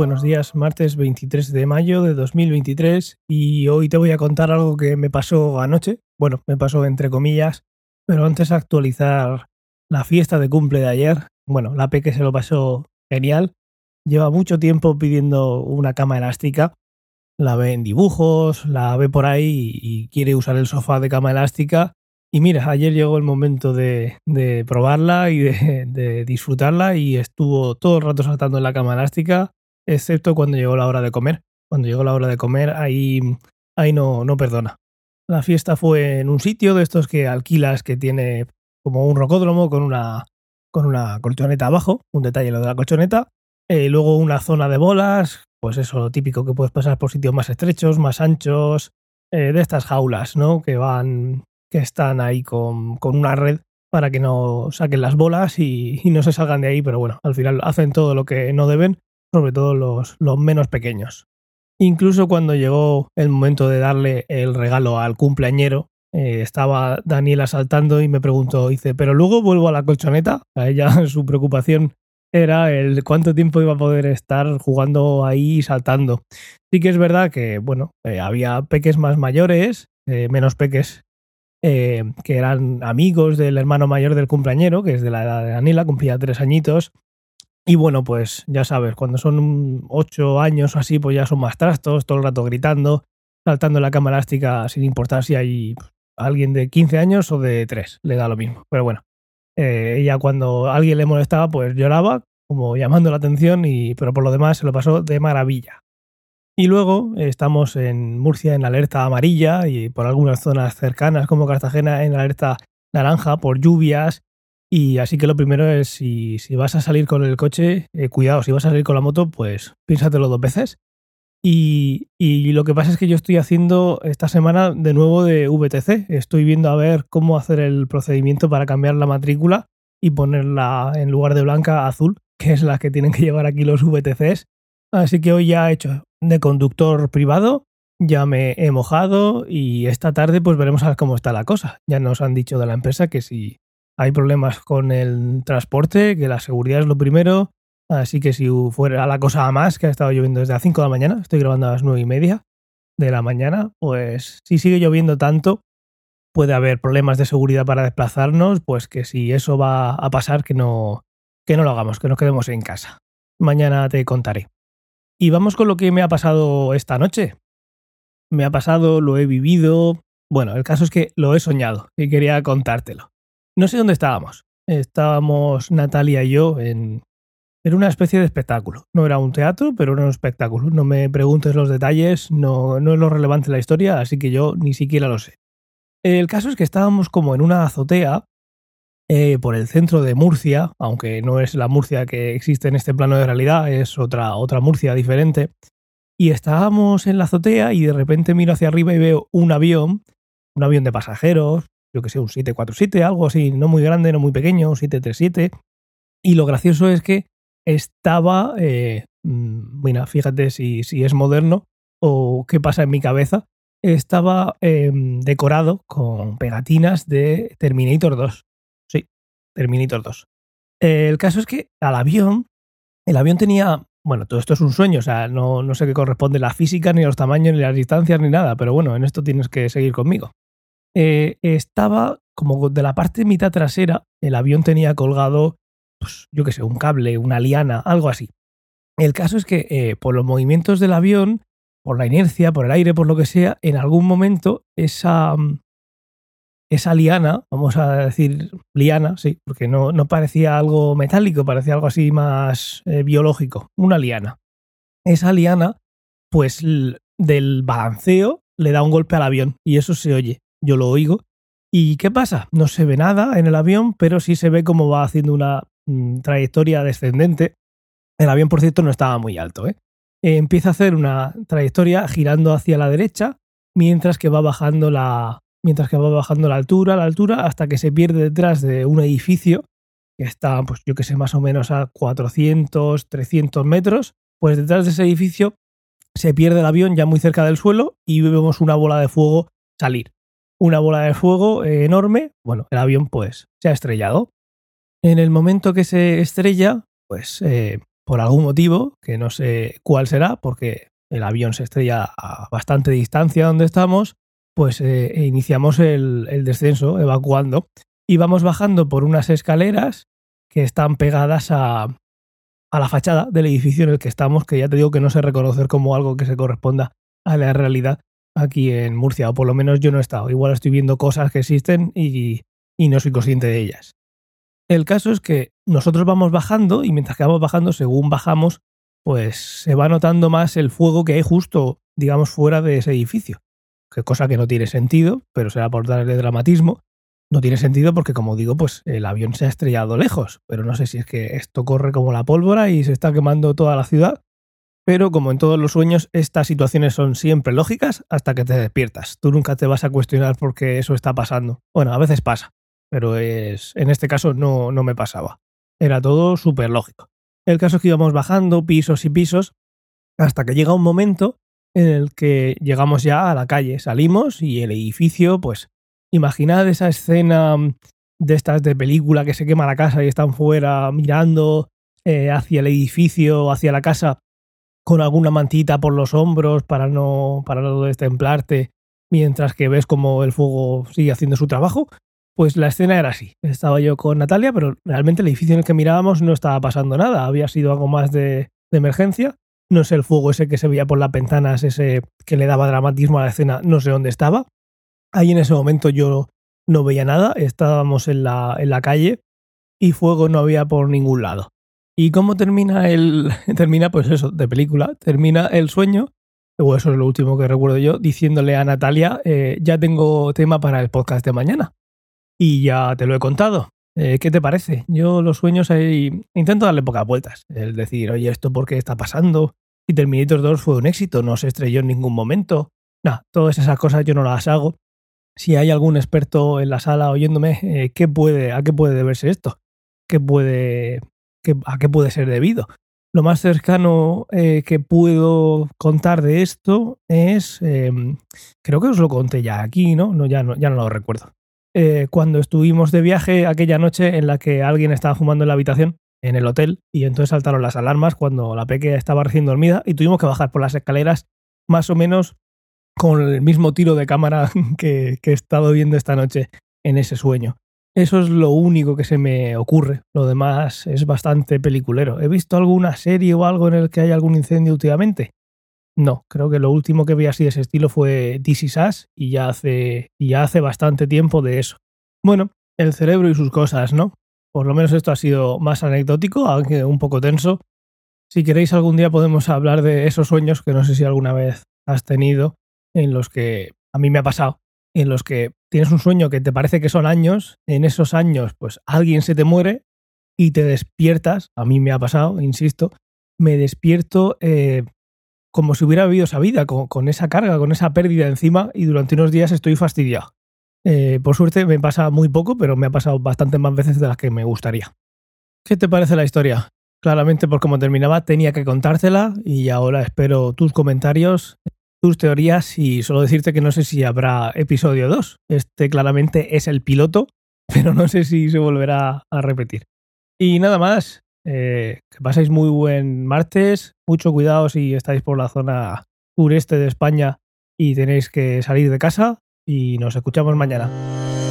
Buenos días, martes 23 de mayo de 2023 y hoy te voy a contar algo que me pasó anoche. Bueno, me pasó entre comillas, pero antes de actualizar la fiesta de cumple de ayer, bueno, la Peque se lo pasó genial. Lleva mucho tiempo pidiendo una cama elástica, la ve en dibujos, la ve por ahí y quiere usar el sofá de cama elástica. Y mira, ayer llegó el momento de probarla y de disfrutarla y estuvo todo el rato saltando en la cama elástica, excepto cuando llegó la hora de comer. Cuando llegó la hora de comer, ahí no perdona. La fiesta fue en un sitio de estos que alquilas que tiene como un rocódromo con una colchoneta abajo, un detalle lo de la colchoneta, luego una zona de bolas, pues eso, lo típico que puedes pasar por sitios más estrechos, más anchos, de estas jaulas, ¿no? Que están ahí con una red para que no saquen las bolas y no se salgan de ahí, pero bueno, al final hacen todo lo que no deben, sobre todo los menos pequeños. Incluso cuando llegó el momento de darle el regalo al cumpleañero, estaba Daniela saltando y me preguntó, dice, ¿pero luego vuelvo a la colchoneta? A ella su preocupación era el cuánto tiempo iba a poder estar jugando ahí y saltando. Sí que es verdad que, bueno, había peques más mayores, menos peques que eran amigos del hermano mayor del cumpleañero, que es de la edad de Daniela, cumplía 3 añitos. Y bueno, pues ya sabes, cuando son 8 años o así, pues ya son más trastos, todo el rato gritando, saltando en la cama elástica sin importar si hay alguien de 15 años o de 3, le da lo mismo. Pero bueno, ella cuando alguien le molestaba, pues lloraba, como llamando la atención, pero por lo demás se lo pasó de maravilla. Y luego estamos en Murcia en alerta amarilla y por algunas zonas cercanas como Cartagena en alerta naranja por lluvias. Y así que lo primero es si vas a salir con el coche, cuidado, si vas a salir con la moto, pues piénsatelo 2 veces. Y lo que pasa es que yo estoy haciendo esta semana de nuevo de VTC. Estoy viendo a ver cómo hacer el procedimiento para cambiar la matrícula y ponerla en lugar de blanca azul, que es la que tienen que llevar aquí los VTCs. Así que hoy ya he hecho de conductor privado, ya me he mojado y esta tarde pues veremos a ver cómo está la cosa. Ya nos han dicho de la empresa que si hay problemas con el transporte, que la seguridad es lo primero. Así que si fuera la cosa a más, que ha estado lloviendo desde las 5 de la mañana, estoy grabando a las 9:30 de la mañana, pues si sigue lloviendo tanto, puede haber problemas de seguridad para desplazarnos, pues que si eso va a pasar, que no lo hagamos, que nos quedemos en casa. Mañana te contaré. Y vamos con lo que me ha pasado esta noche. Me ha pasado, lo he vivido. Bueno, el caso es que lo he soñado y quería contártelo. No sé dónde estábamos. Estábamos Natalia y yo en una especie de espectáculo. No era un teatro, pero era un espectáculo. No me preguntes los detalles, no es lo relevante de la historia, así que yo ni siquiera lo sé. El caso es que estábamos como en una azotea por el centro de Murcia, aunque no es la Murcia que existe en este plano de realidad, es otra Murcia diferente. Y estábamos en la azotea y de repente miro hacia arriba y veo un avión de pasajeros, yo que sé, un 747, algo así, no muy grande, no muy pequeño, un 737. Y lo gracioso es que estaba, mira, fíjate si es moderno o qué pasa en mi cabeza, estaba decorado con pegatinas de Terminator 2. Sí, Terminator 2. El caso es que el avión tenía, bueno, todo esto es un sueño, o sea, no sé qué corresponde la física, ni los tamaños, ni las distancias, ni nada, pero bueno, en esto tienes que seguir conmigo. Estaba como de la parte mitad trasera, el avión tenía colgado, pues yo qué sé, un cable, una liana, algo así. El caso es que por los movimientos del avión, por la inercia, por el aire, por lo que sea, en algún momento esa liana, vamos a decir liana, sí, porque no parecía algo metálico, parecía algo así más biológico, una liana. Esa liana, pues del balanceo, le da un golpe al avión y eso se oye, yo lo oigo. ¿Y qué pasa? No se ve nada en el avión, pero sí se ve cómo va haciendo una trayectoria descendente. El avión, por cierto, no estaba muy alto, empieza a hacer una trayectoria girando hacia la derecha mientras que va bajando la altura hasta que se pierde detrás de un edificio que está, pues yo que sé, más o menos a 400, 300 metros. Pues detrás de ese edificio se pierde el avión ya muy cerca del suelo y vemos una bola de fuego salir. Una bola de fuego enorme. Bueno, el avión pues se ha estrellado. En el momento que se estrella, pues por algún motivo, que no sé cuál será, porque el avión se estrella a bastante distancia donde estamos, pues iniciamos el descenso evacuando y vamos bajando por unas escaleras que están pegadas a la fachada del edificio en el que estamos, que ya te digo que no sé reconocer como algo que se corresponda a la realidad aquí en Murcia, o por lo menos yo no he estado. Igual estoy viendo cosas que existen y no soy consciente de ellas. El caso es que nosotros vamos bajando y mientras que vamos bajando, según bajamos, pues se va notando más el fuego que hay justo, digamos, fuera de ese edificio. Que cosa que no tiene sentido, pero será por darle dramatismo. No tiene sentido porque, como digo, pues el avión se ha estrellado lejos, pero no sé si es que esto corre como la pólvora y se está quemando toda la ciudad. Pero como en todos los sueños, estas situaciones son siempre lógicas hasta que te despiertas. Tú nunca te vas a cuestionar por qué eso está pasando. Bueno, a veces pasa, pero en este caso no me pasaba. Era todo súper lógico. El caso es que íbamos bajando pisos y pisos hasta que llega un momento en el que llegamos ya a la calle. Salimos y el edificio, pues, imaginad esa escena de estas de película que se quema la casa y están fuera mirando hacia el edificio, hacia la casa, con alguna mantita por los hombros para no destemplarte mientras que ves como el fuego sigue haciendo su trabajo. Pues la escena era así. Estaba yo con Natalia, pero realmente el edificio en el que mirábamos no estaba pasando nada. Había sido algo más de emergencia. No sé el fuego ese que se veía por las ventanas, ese que le daba dramatismo a la escena, no sé dónde estaba. Ahí en ese momento yo no veía nada. Estábamos en la calle y fuego no había por ningún lado. ¿Y cómo termina termina pues eso, de película? Termina el sueño, o eso es lo último que recuerdo yo, diciéndole a Natalia, ya tengo tema para el podcast de mañana. Y ya te lo he contado. ¿Qué te parece? Yo los sueños ahí intento darle pocas vueltas. Es decir, oye, ¿esto por qué está pasando? Y Terminator 2 fue un éxito, no se estrelló en ningún momento. Nah, todas esas cosas yo no las hago. Si hay algún experto en la sala oyéndome, ¿a qué puede deberse esto? ¿A qué puede ser debido? Lo más cercano que puedo contar de esto es, creo que os lo conté ya aquí, ¿no? Ya no lo recuerdo. Cuando estuvimos de viaje aquella noche en la que alguien estaba fumando en la habitación, en el hotel, y entonces saltaron las alarmas cuando la peque estaba recién dormida y tuvimos que bajar por las escaleras más o menos con el mismo tiro de cámara que he estado viendo esta noche en ese sueño. Eso es lo único que se me ocurre. Lo demás es bastante peliculero. ¿He visto alguna serie o algo en el que haya algún incendio últimamente? No, creo que lo último que vi así de ese estilo fue This Is Us y ya hace bastante tiempo de eso. Bueno, el cerebro y sus cosas, ¿no? Por lo menos esto ha sido más anecdótico, aunque un poco tenso. Si queréis algún día podemos hablar de esos sueños que no sé si alguna vez has tenido, en los que a mí me ha pasado, en los que tienes un sueño que te parece que son años, en esos años pues alguien se te muere y te despiertas, a mí me ha pasado, insisto, me despierto como si hubiera vivido esa vida, con esa carga, con esa pérdida encima y durante unos días estoy fastidiado. Por suerte me pasa muy poco, pero me ha pasado bastante más veces de las que me gustaría. ¿Qué te parece la historia? Claramente por cómo terminaba tenía que contártela y ahora espero tus comentarios, tus teorías y solo decirte que no sé si habrá episodio 2. Este claramente es el piloto, pero no sé si se volverá a repetir. Y nada más, que paséis muy buen martes, mucho cuidado si estáis por la zona sureste de España y tenéis que salir de casa y nos escuchamos mañana.